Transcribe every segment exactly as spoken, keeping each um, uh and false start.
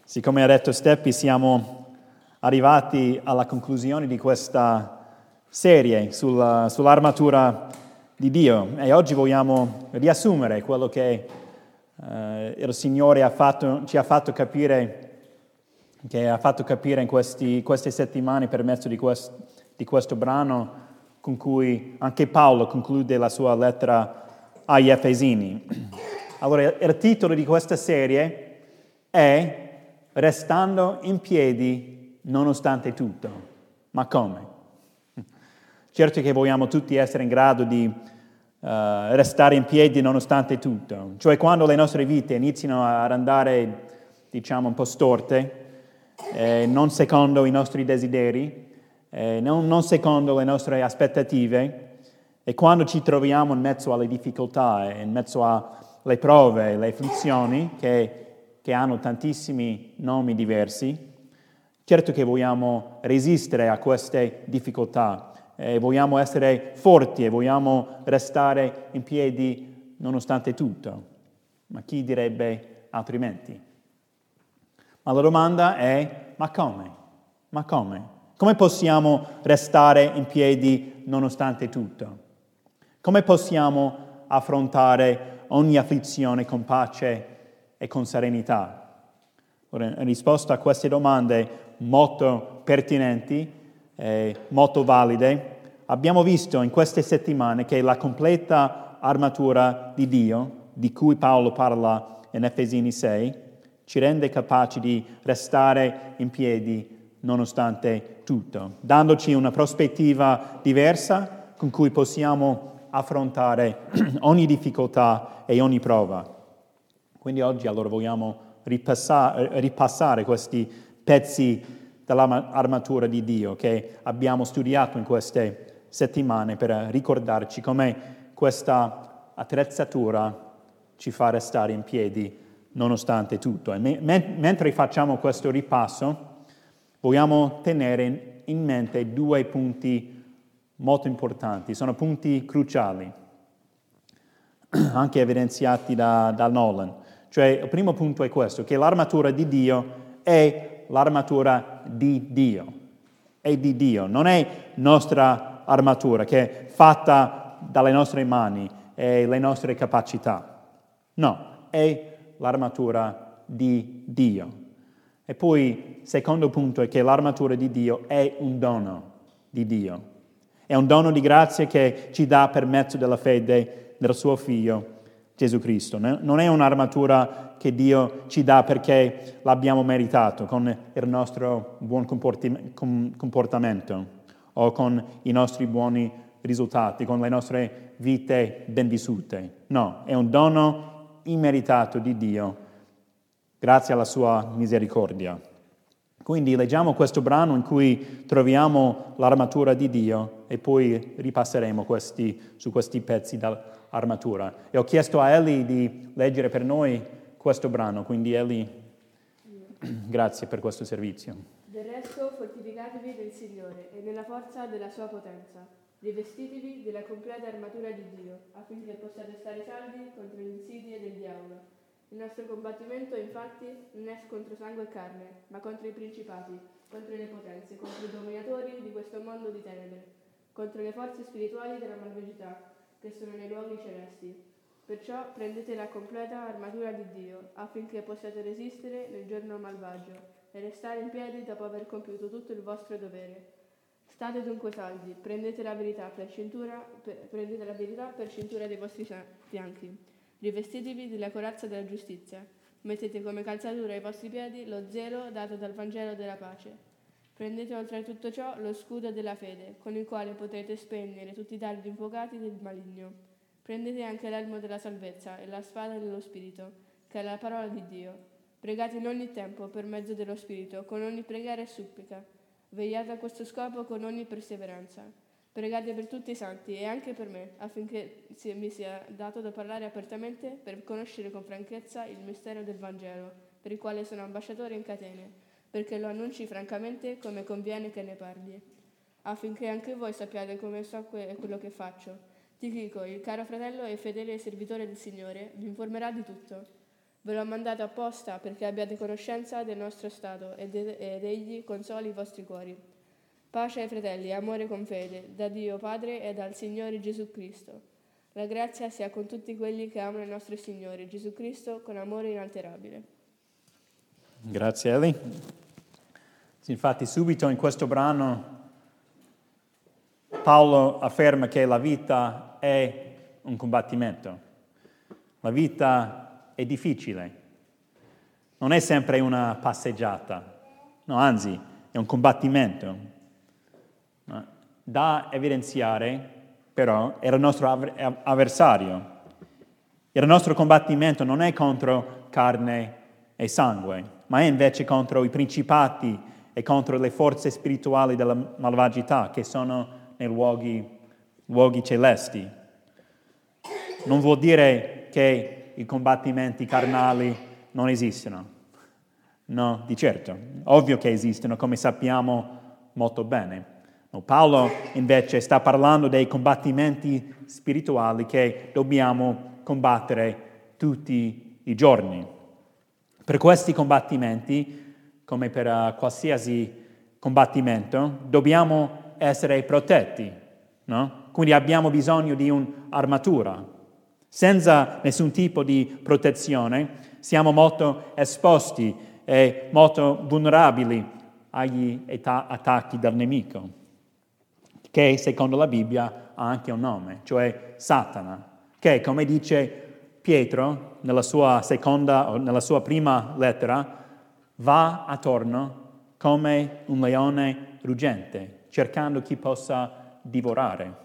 Sì, come ha detto Steppi, siamo arrivati alla conclusione di questa serie sulla, sull'armatura di Dio e oggi vogliamo riassumere quello che eh, il Signore ha fatto, ci ha fatto capire, che ha fatto capire in questi, queste settimane per mezzo di, quest, di questo brano con cui anche Paolo conclude la sua lettera agli Efesini. Allora, il titolo di questa serie è Restando in piedi nonostante tutto. Ma come? Certo che vogliamo tutti essere in grado di uh, restare in piedi nonostante tutto. Cioè quando le nostre vite iniziano ad andare, diciamo, un po' storte, eh, non secondo i nostri desideri, eh, non, non secondo le nostre aspettative, e quando ci troviamo in mezzo alle difficoltà, in mezzo alle prove, le afflizioni, che che hanno tantissimi nomi diversi, certo che vogliamo resistere a queste difficoltà, eh, vogliamo essere forti e vogliamo restare in piedi nonostante tutto. Ma chi direbbe altrimenti? Ma la domanda è, ma come? Ma come? Come possiamo restare in piedi nonostante tutto? Come possiamo affrontare ogni afflizione con pace e con serenità? Ora, in risposta a queste domande molto pertinenti e molto valide, abbiamo visto in queste settimane che la completa armatura di Dio, di cui Paolo parla in Efesini sei, ci rende capaci di restare in piedi nonostante tutto, dandoci una prospettiva diversa con cui possiamo affrontare ogni difficoltà e ogni prova. Quindi oggi allora vogliamo ripassare, ripassare questi pezzi dell'armatura di Dio che abbiamo studiato in queste settimane per ricordarci come questa attrezzatura ci fa restare in piedi nonostante tutto. E me- mentre facciamo questo ripasso, vogliamo tenere in mente due punti molto importanti, sono punti cruciali, anche evidenziati da, da Nolan. Cioè, il primo punto è questo, che l'armatura di Dio è l'armatura di Dio. È di Dio, non è nostra armatura, che è fatta dalle nostre mani e le nostre capacità. No, è l'armatura di Dio. E poi, secondo punto, è che l'armatura di Dio è un dono di Dio. È un dono di grazia che ci dà per mezzo della fede del suo Figlio, Gesù Cristo. Non è un'armatura che Dio ci dà perché l'abbiamo meritato con il nostro buon comportamento o con i nostri buoni risultati, con le nostre vite ben vissute. No, è un dono immeritato di Dio grazie alla sua misericordia. Quindi leggiamo questo brano in cui troviamo l'armatura di Dio e poi ripasseremo questi, su questi pezzi dell'armatura. E ho chiesto a Eli di leggere per noi questo brano, quindi Eli, grazie per questo servizio. Del resto fortificatevi nel Signore e nella forza della sua potenza. Rivestitevi della completa armatura di Dio, affinché possiate stare saldi contro le insidie del diavolo. Il nostro combattimento, infatti, non è contro sangue e carne, ma contro i principati, contro le potenze, contro i dominatori di questo mondo di tenebre, contro le forze spirituali della malvagità, che sono nei luoghi celesti. Perciò prendete la completa armatura di Dio, affinché possiate resistere nel giorno malvagio e restare in piedi dopo aver compiuto tutto il vostro dovere. State dunque saldi, prendete la verità per cintura, per, prendete la verità per cintura dei vostri fianchi. Rivestitevi della corazza della giustizia. Mettete come calzatura ai vostri piedi lo zelo dato dal Vangelo della pace. Prendete oltre a tutto ciò lo scudo della fede, con il quale potrete spegnere tutti i dardi infuocati del maligno. Prendete anche l'elmo della salvezza e la spada dello Spirito, che è la parola di Dio. Pregate in ogni tempo per mezzo dello Spirito, con ogni preghiera e supplica. Vegliate a questo scopo con ogni perseveranza. Pregate per tutti i santi e anche per me, affinché mi sia dato da parlare apertamente per conoscere con franchezza il mistero del Vangelo, per il quale sono ambasciatore in catene, perché lo annunci francamente come conviene che ne parli, affinché anche voi sappiate come so que- quello che faccio. Tichico, il caro fratello e fedele servitore del Signore, vi informerà di tutto. Ve l'ho mandato apposta perché abbiate conoscenza del nostro stato ed, ed egli consoli i vostri cuori. Pace ai fratelli, amore con fede, da Dio Padre e dal Signore Gesù Cristo. La grazia sia con tutti quelli che amano il nostro Signore Gesù Cristo con amore inalterabile. Grazie Eli. Sì, infatti subito in questo brano Paolo afferma che la vita è un combattimento. La vita è difficile, non è sempre una passeggiata, no, anzi è un combattimento. Da evidenziare però era il nostro avversario. Il nostro combattimento non è contro carne e sangue, ma è invece contro i principati e contro le forze spirituali della malvagità che sono nei luoghi, luoghi celesti. Non vuol dire che i combattimenti carnali non esistono. No, di certo. Ovvio che esistono, come sappiamo molto bene. No, Paolo invece sta parlando dei combattimenti spirituali che dobbiamo combattere tutti i giorni. Per questi combattimenti, come per uh, qualsiasi combattimento, dobbiamo essere protetti, no? Quindi abbiamo bisogno di un'armatura. Senza nessun tipo di protezione siamo molto esposti e molto vulnerabili agli eta- attacchi del nemico, che secondo la Bibbia ha anche un nome, cioè Satana, che come dice Pietro nella sua seconda o nella sua prima lettera, va attorno come un leone ruggente, cercando chi possa divorare.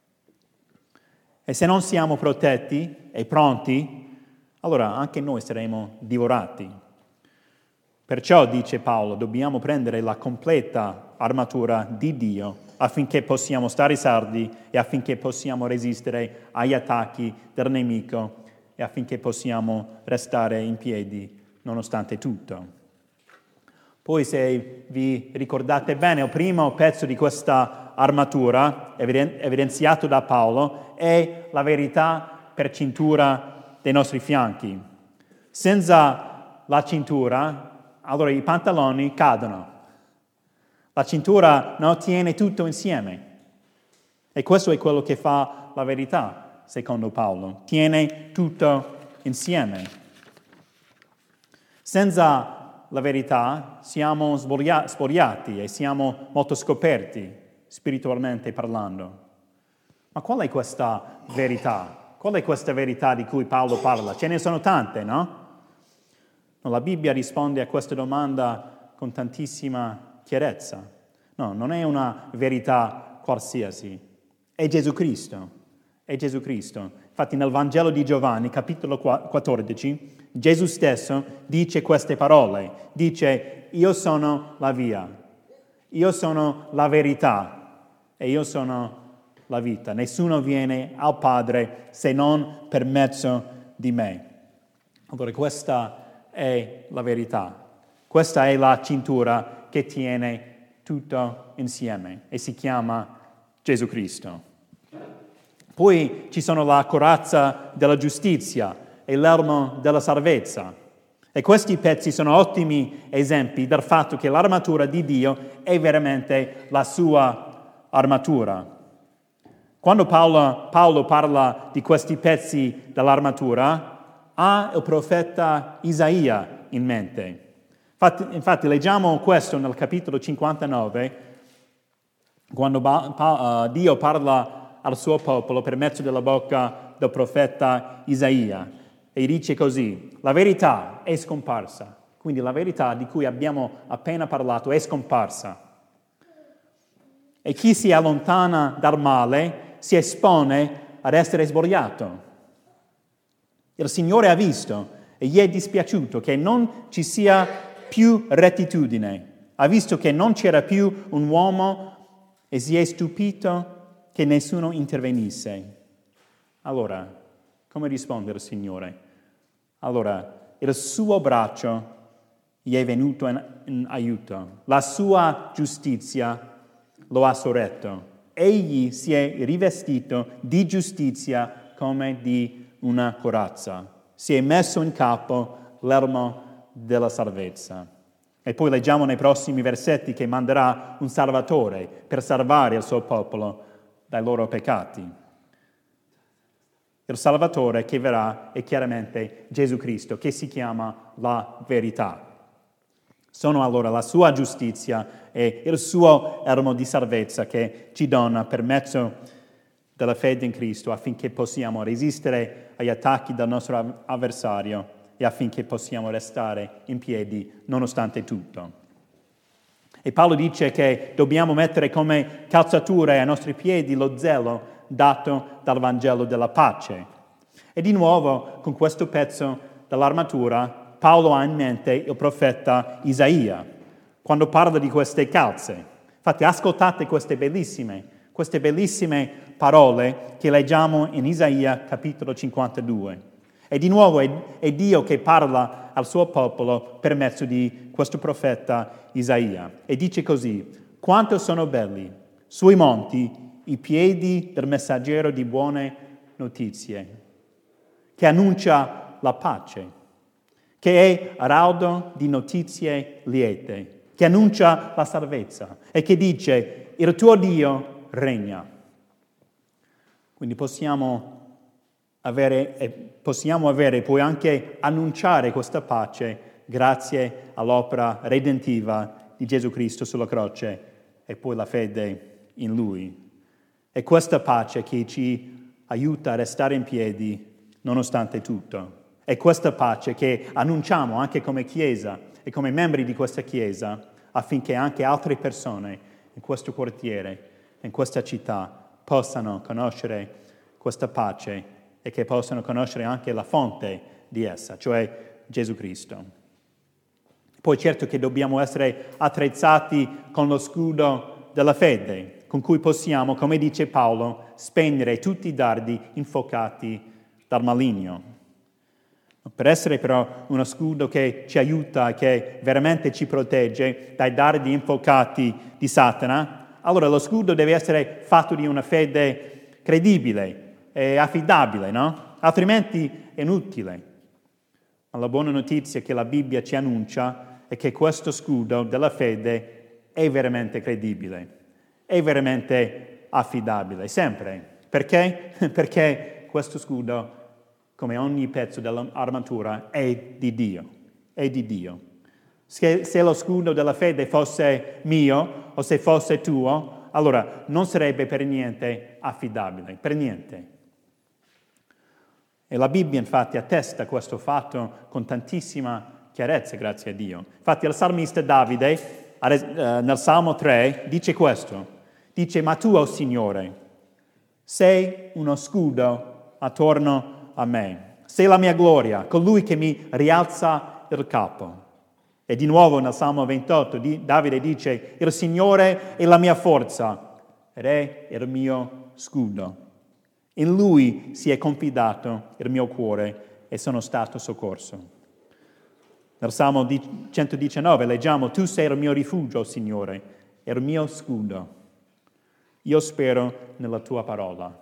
E se non siamo protetti e pronti, allora anche noi saremo divorati. Perciò, dice Paolo, dobbiamo prendere la completa armatura di Dio affinché possiamo stare saldi e affinché possiamo resistere agli attacchi del nemico e affinché possiamo restare in piedi nonostante tutto. Poi, se vi ricordate bene, il primo pezzo di questa armatura, evidenziato da Paolo, è la verità per cintura dei nostri fianchi. Senza la cintura, allora i pantaloni cadono. La cintura no, tiene tutto insieme. E questo è quello che fa la verità, secondo Paolo. Tiene tutto insieme. Senza la verità siamo spogliati e siamo molto scoperti, spiritualmente parlando. Ma qual è questa verità? Qual è questa verità di cui Paolo parla? Ce ne sono tante, no? La Bibbia risponde a questa domanda con tantissima chiarezza. No, non è una verità qualsiasi, è Gesù Cristo, è Gesù Cristo. Infatti nel Vangelo di Giovanni, capitolo quattordici, Gesù stesso dice queste parole, dice: io sono la via, io sono la verità e io sono la vita. Nessuno viene al Padre se non per mezzo di me. Allora questa è la verità, questa è la cintura che tiene tutto insieme e si chiama Gesù Cristo. Poi ci sono la corazza della giustizia e l'elmo della salvezza. E questi pezzi sono ottimi esempi del fatto che l'armatura di Dio è veramente la sua armatura. Quando Paolo, Paolo parla di questi pezzi dell'armatura, ha il profeta Isaia in mente. Infatti, infatti leggiamo questo nel capitolo cinquantanove, quando ba, pa, uh, Dio parla al suo popolo per mezzo della bocca del profeta Isaia. E dice così: la verità è scomparsa. Quindi la verità di cui abbiamo appena parlato è scomparsa. E chi si allontana dal male si espone ad essere sbagliato. Il Signore ha visto e gli è dispiaciuto che non ci sia più rettitudine. Ha visto che non c'era più un uomo e si è stupito che nessuno intervenisse. Allora, come risponde il Signore? Allora, il suo braccio gli è venuto in, in aiuto, la sua giustizia lo ha sorretto. Egli si è rivestito di giustizia come di una corazza. Si è messo in capo l'elmo della salvezza. E poi leggiamo nei prossimi versetti che manderà un Salvatore per salvare il suo popolo dai loro peccati. Il Salvatore che verrà è chiaramente Gesù Cristo, che si chiama la verità. Sono allora la sua giustizia e il suo elmo di salvezza che ci dona per mezzo della fede in Cristo affinché possiamo resistere agli attacchi del nostro avversario e affinché possiamo restare in piedi nonostante tutto. E Paolo dice che dobbiamo mettere come calzature ai nostri piedi lo zelo dato dal Vangelo della pace. E di nuovo, con questo pezzo dell'armatura, Paolo ha in mente il profeta Isaia, quando parla di queste calze. Infatti, ascoltate queste bellissime, queste bellissime parole che leggiamo in Isaia capitolo cinquantadue. E di nuovo è, è Dio che parla al suo popolo per mezzo di questo profeta Isaia. E dice così: quanto sono belli sui monti i piedi del messaggero di buone notizie, che annuncia la pace, che è raudo di notizie liete, che annuncia la salvezza e che dice: il tuo Dio regna. Quindi possiamo avere, e possiamo avere poi anche annunciare questa pace grazie all'opera redentiva di Gesù Cristo sulla croce e poi la fede in Lui. È questa pace che ci aiuta a restare in piedi nonostante tutto. È questa pace che annunciamo anche come Chiesa e come membri di questa Chiesa affinché anche altre persone in questo quartiere, in questa città, possano conoscere questa pace e che possano conoscere anche la fonte di essa, cioè Gesù Cristo. Poi certo che dobbiamo essere attrezzati con lo scudo della fede, con cui possiamo, come dice Paolo, spegnere tutti i dardi infuocati dal maligno. Per essere però uno scudo che ci aiuta, che veramente ci protegge dai dardi infuocati di Satana, allora lo scudo deve essere fatto di una fede credibile e affidabile, no? Altrimenti è inutile. Ma la buona notizia che la Bibbia ci annuncia è che questo scudo della fede è veramente credibile, è veramente affidabile, sempre. Perché? Perché questo scudo, come ogni pezzo dell'armatura, è di Dio, è di Dio. Se, se lo scudo della fede fosse mio o se fosse tuo, allora non sarebbe per niente affidabile, per niente. E la Bibbia infatti attesta questo fatto con tantissima chiarezza, grazie a Dio. Infatti il salmista Davide, nel Salmo tre, dice questo. Dice: ma tu, o Signore, sei uno scudo attorno a me. Sei la mia gloria, colui che mi rialza il capo. E di nuovo nel Salmo ventotto Davide dice: il Signore è la mia forza ed è il mio scudo. In Lui si è confidato il mio cuore e sono stato soccorso. Nel Salmo centodiciannove leggiamo: tu sei il mio rifugio, Signore, e il mio scudo. Io spero nella tua parola.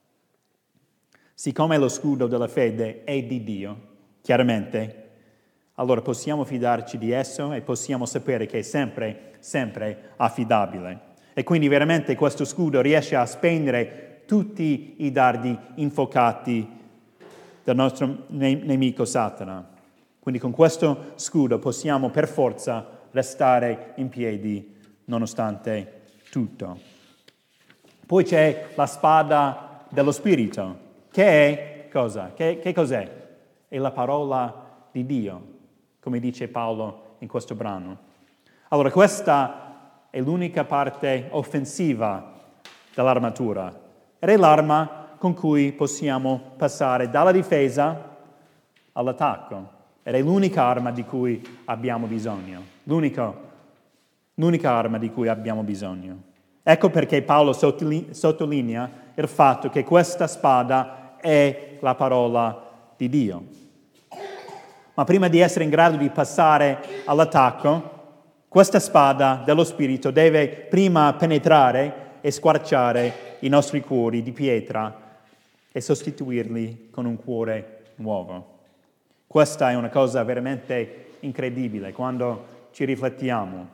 Siccome lo scudo della fede è di Dio, chiaramente, allora possiamo fidarci di esso e possiamo sapere che è sempre, sempre affidabile. E quindi veramente questo scudo riesce a spegnere tutti i dardi infuocati del nostro nemico Satana. Quindi con questo scudo possiamo per forza restare in piedi nonostante tutto. Poi c'è la spada dello Spirito, che è cosa? Che, che cos'è? È la parola di Dio, come dice Paolo in questo brano. Allora, questa è l'unica parte offensiva dell'armatura. Ed è l'arma con cui possiamo passare dalla difesa all'attacco. Ed è l'unica arma di cui abbiamo bisogno. L'unico, l'unica arma di cui abbiamo bisogno. Ecco perché Paolo sottolinea il fatto che questa spada è la parola di Dio. Ma prima di essere in grado di passare all'attacco, questa spada dello Spirito deve prima penetrare e squarciare i nostri cuori di pietra e sostituirli con un cuore nuovo. Questa è una cosa veramente incredibile quando ci riflettiamo,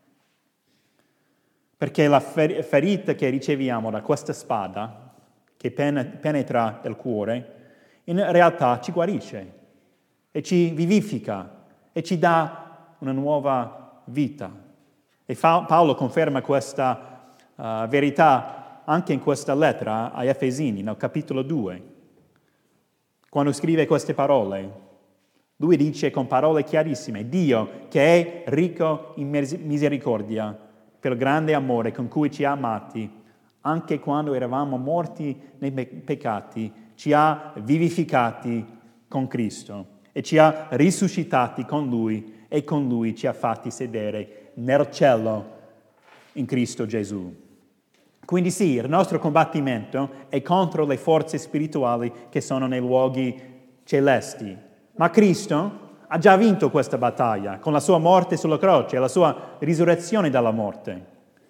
perché la ferita che riceviamo da questa spada, che penetra nel cuore, in realtà ci guarisce e ci vivifica e ci dà una nuova vita. E Paolo conferma questa uh, verità anche in questa lettera ai Efesini, nel capitolo due. Quando scrive queste parole, lui dice con parole chiarissime: Dio, che è ricco in misericordia, per il grande amore con cui ci ha amati, anche quando eravamo morti nei peccati, ci ha vivificati con Cristo e ci ha risuscitati con Lui e con Lui ci ha fatti sedere nel cielo in Cristo Gesù. Quindi sì, il nostro combattimento è contro le forze spirituali che sono nei luoghi celesti, ma Cristo ha già vinto questa battaglia con la sua morte sulla croce e la sua risurrezione dalla morte.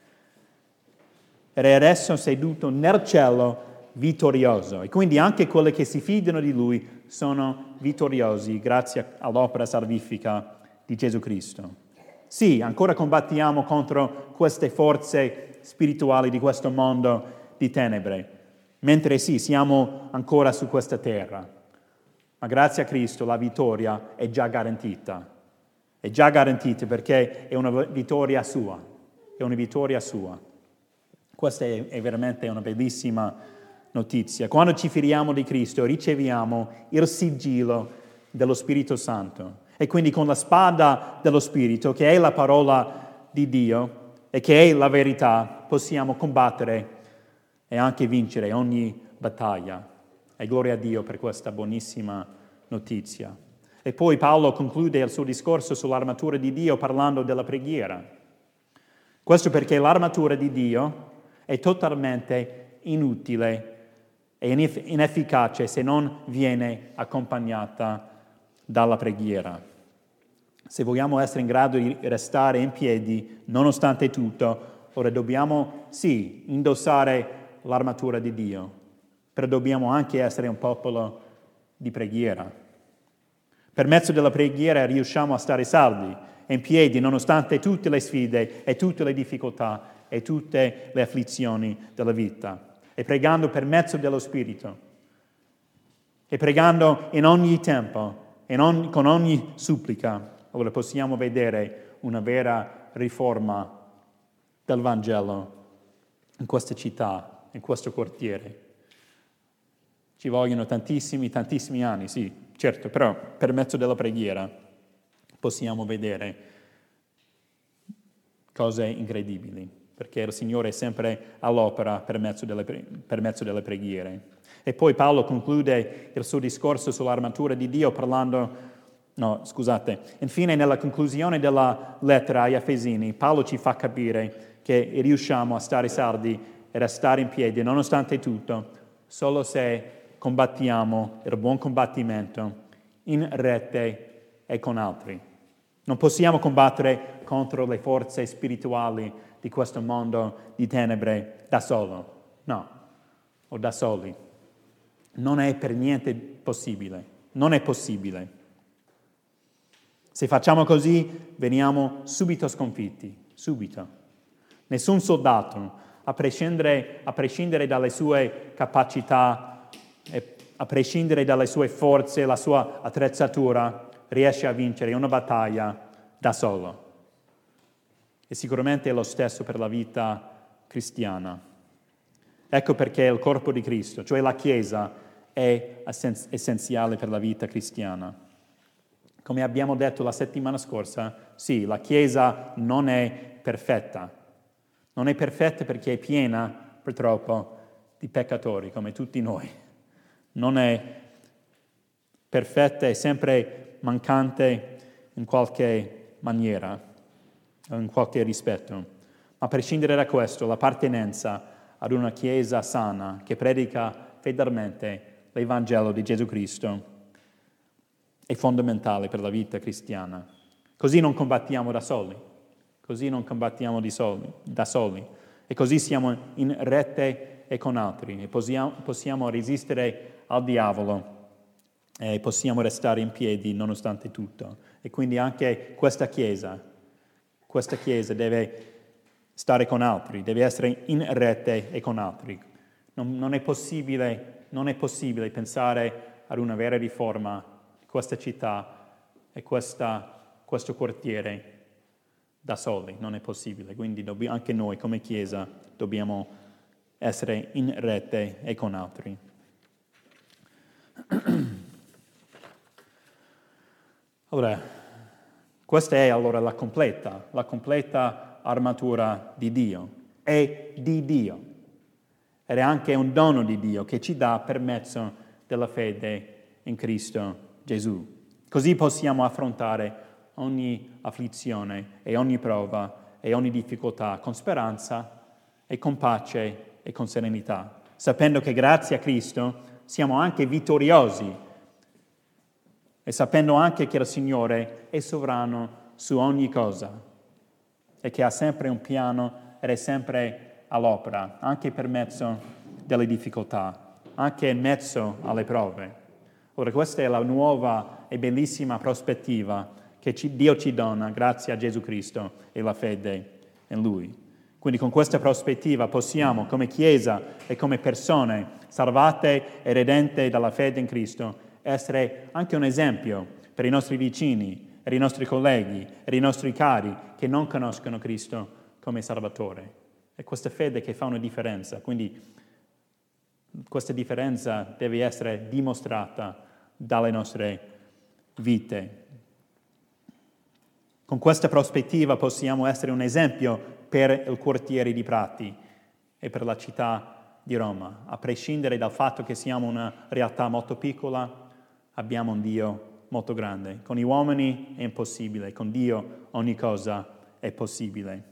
Ed è adesso seduto nel cielo vittorioso. E quindi anche quelli che si fidano di Lui sono vittoriosi grazie all'opera salvifica di Gesù Cristo. Sì, ancora combattiamo contro queste forze spirituali di questo mondo di tenebre, mentre sì, siamo ancora su questa terra. Ma grazie a Cristo la vittoria è già garantita. È già garantita perché è una vittoria sua. È una vittoria sua. Questa è, è veramente una bellissima notizia. Quando ci fidiamo di Cristo riceviamo il sigillo dello Spirito Santo. E quindi con la spada dello Spirito, che è la parola di Dio e che è la verità, possiamo combattere e anche vincere ogni battaglia. E gloria a Dio per questa buonissima notizia. E poi Paolo conclude il suo discorso sull'armatura di Dio parlando della preghiera. Questo perché l'armatura di Dio è totalmente inutile e inefficace se non viene accompagnata dalla preghiera. Se vogliamo essere in grado di restare in piedi, nonostante tutto, ora dobbiamo, sì, indossare l'armatura di Dio, però dobbiamo anche essere un popolo di preghiera. Per mezzo della preghiera riusciamo a stare saldi e in piedi, nonostante tutte le sfide e tutte le difficoltà e tutte le afflizioni della vita. E pregando per mezzo dello Spirito, e pregando in ogni tempo, in ogni, con ogni supplica, allora possiamo vedere una vera riforma del Vangelo in questa città, in questo quartiere. Ci vogliono tantissimi, tantissimi anni, sì, certo, però per mezzo della preghiera possiamo vedere cose incredibili, perché il Signore è sempre all'opera per mezzo delle, per mezzo delle preghiere. E poi Paolo conclude il suo discorso sull'armatura di Dio parlando, no, scusate, infine nella conclusione della lettera agli Efesini, Paolo ci fa capire che riusciamo a stare saldi e a stare in piedi, nonostante tutto, solo se combattiamo il buon combattimento in rete e con altri. Non possiamo combattere contro le forze spirituali di questo mondo di tenebre da solo, no, o da soli. Non è per niente possibile, non è possibile. Se facciamo così, veniamo subito sconfitti, subito. Nessun soldato, a prescindere, a prescindere dalle sue capacità, a prescindere dalle sue forze, la sua attrezzatura, riesce a vincere una battaglia da solo. E sicuramente è lo stesso per la vita cristiana. Ecco perché il corpo di Cristo, cioè la Chiesa, è essenziale per la vita cristiana. Come abbiamo detto la settimana scorsa, sì, la Chiesa non è perfetta. Non è perfetta perché è piena, purtroppo, di peccatori, come tutti noi. Non è perfetta, è sempre mancante in qualche maniera, in qualche rispetto. Ma a prescindere da questo, l'appartenenza ad una Chiesa sana che predica fedelmente l'Evangelo di Gesù Cristo è fondamentale per la vita cristiana. Così non combattiamo da soli, così non combattiamo di soli, da soli, e così siamo in rete e con altri, e possiamo, possiamo resistere al diavolo e possiamo restare in piedi nonostante tutto. E quindi anche questa Chiesa, questa Chiesa deve stare con altri, deve essere in rete e con altri. Non, non è possibile, non è possibile pensare ad una vera riforma di questa città e questa, questo quartiere da soli, non è possibile. Quindi dobbi, anche noi come Chiesa dobbiamo essere in rete e con altri. Allora, questa è allora la completa, la completa armatura di Dio. È di Dio. Ed è anche un dono di Dio che ci dà per mezzo della fede in Cristo Gesù. Così possiamo affrontare ogni afflizione e ogni prova e ogni difficoltà con speranza e con pace e con serenità, sapendo che grazie a Cristo siamo anche vittoriosi e sapendo anche che il Signore è sovrano su ogni cosa e che ha sempre un piano ed è sempre all'opera, anche per mezzo delle difficoltà, anche in mezzo alle prove. Ora, questa è la nuova e bellissima prospettiva che ci, Dio ci dona grazie a Gesù Cristo e la fede in Lui. Quindi con questa prospettiva possiamo, come Chiesa e come persone salvate e redente dalla fede in Cristo, essere anche un esempio per i nostri vicini, per i nostri colleghi, per i nostri cari che non conoscono Cristo come Salvatore. È questa fede che fa una differenza, quindi questa differenza deve essere dimostrata dalle nostre vite. Con questa prospettiva possiamo essere un esempio per il quartiere di Prati e per la città di Roma. A prescindere dal fatto che siamo una realtà molto piccola, abbiamo un Dio molto grande. Con gli uomini è impossibile, con Dio ogni cosa è possibile.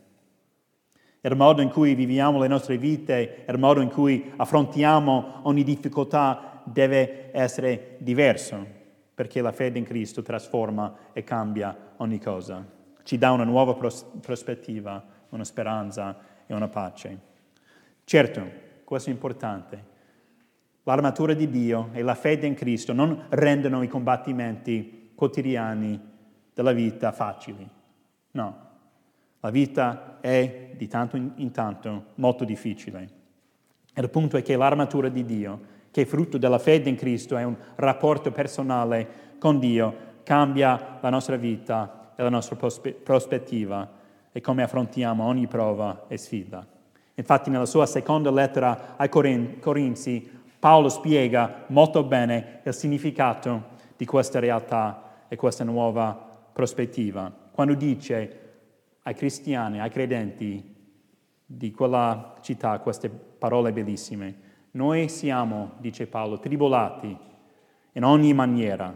Il modo in cui viviamo le nostre vite, il modo in cui affrontiamo ogni difficoltà deve essere diverso, perché la fede in Cristo trasforma e cambia ogni cosa. Ci dà una nuova pros- prospettiva, una speranza e una pace. Certo, questo è importante. L'armatura di Dio e la fede in Cristo non rendono i combattimenti quotidiani della vita facili. No, la vita è di tanto in tanto molto difficile. E il punto è che l'armatura di Dio, che è frutto della fede in Cristo, è un rapporto personale con Dio, cambia la nostra vita e la nostra prospe- prospettiva e come affrontiamo ogni prova e sfida. Infatti nella sua seconda lettera ai Corin- Corinzi Paolo spiega molto bene il significato di questa realtà e questa nuova prospettiva. Quando dice ai cristiani, ai credenti di quella città queste parole bellissime: noi siamo, dice Paolo, tribolati in ogni maniera,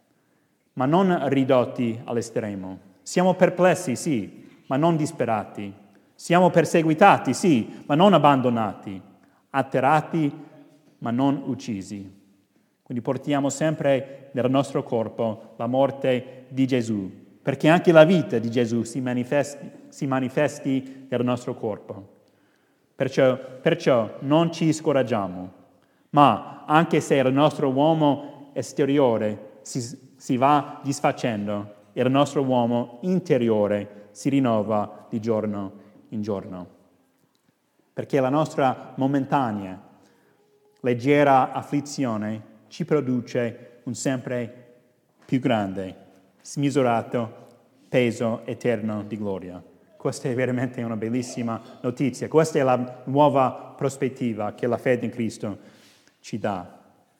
ma non ridotti all'estremo. Siamo perplessi, sì, ma non disperati. Siamo perseguitati, sì, ma non abbandonati. Atterrati, ma non uccisi. Quindi portiamo sempre nel nostro corpo la morte di Gesù, perché anche la vita di Gesù si manifesti, si manifesti nel nostro corpo. Perciò, perciò non ci scoraggiamo, ma anche se il nostro uomo esteriore si, si va disfacendo, il nostro uomo interiore si rinnova di giorno in giorno. Perché la nostra momentanea, leggera afflizione ci produce un sempre più grande, smisurato peso eterno di gloria. Questa è veramente una bellissima notizia. Questa è la nuova prospettiva che la fede in Cristo ci dà.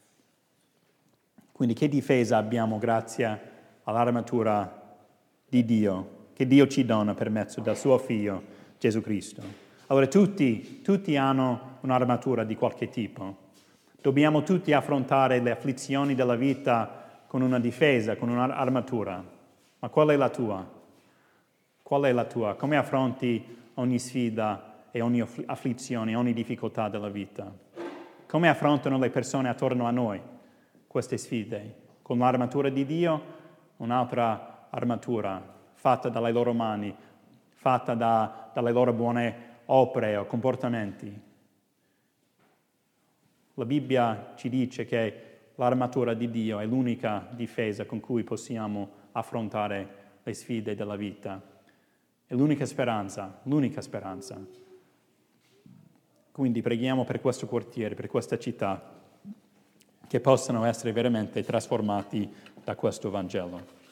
Quindi che difesa abbiamo grazie all'armatura di Dio, che Dio ci dona per mezzo del suo Figlio Gesù Cristo. Allora tutti, tutti hanno un'armatura di qualche tipo. Dobbiamo tutti affrontare le afflizioni della vita con una difesa, con un'armatura. Ma qual è la tua? Qual è la tua? Come affronti ogni sfida e ogni afflizione, ogni difficoltà della vita? Come affrontano le persone attorno a noi queste sfide? Con l'armatura di Dio, un'altra armatura fatta dalle loro mani, fatta da, dalle loro buone opere o comportamenti. La Bibbia ci dice che l'armatura di Dio è l'unica difesa con cui possiamo affrontare le sfide della vita. È l'unica speranza, l'unica speranza. Quindi preghiamo per questo quartiere, per questa città, che possano essere veramente trasformati da questo Vangelo.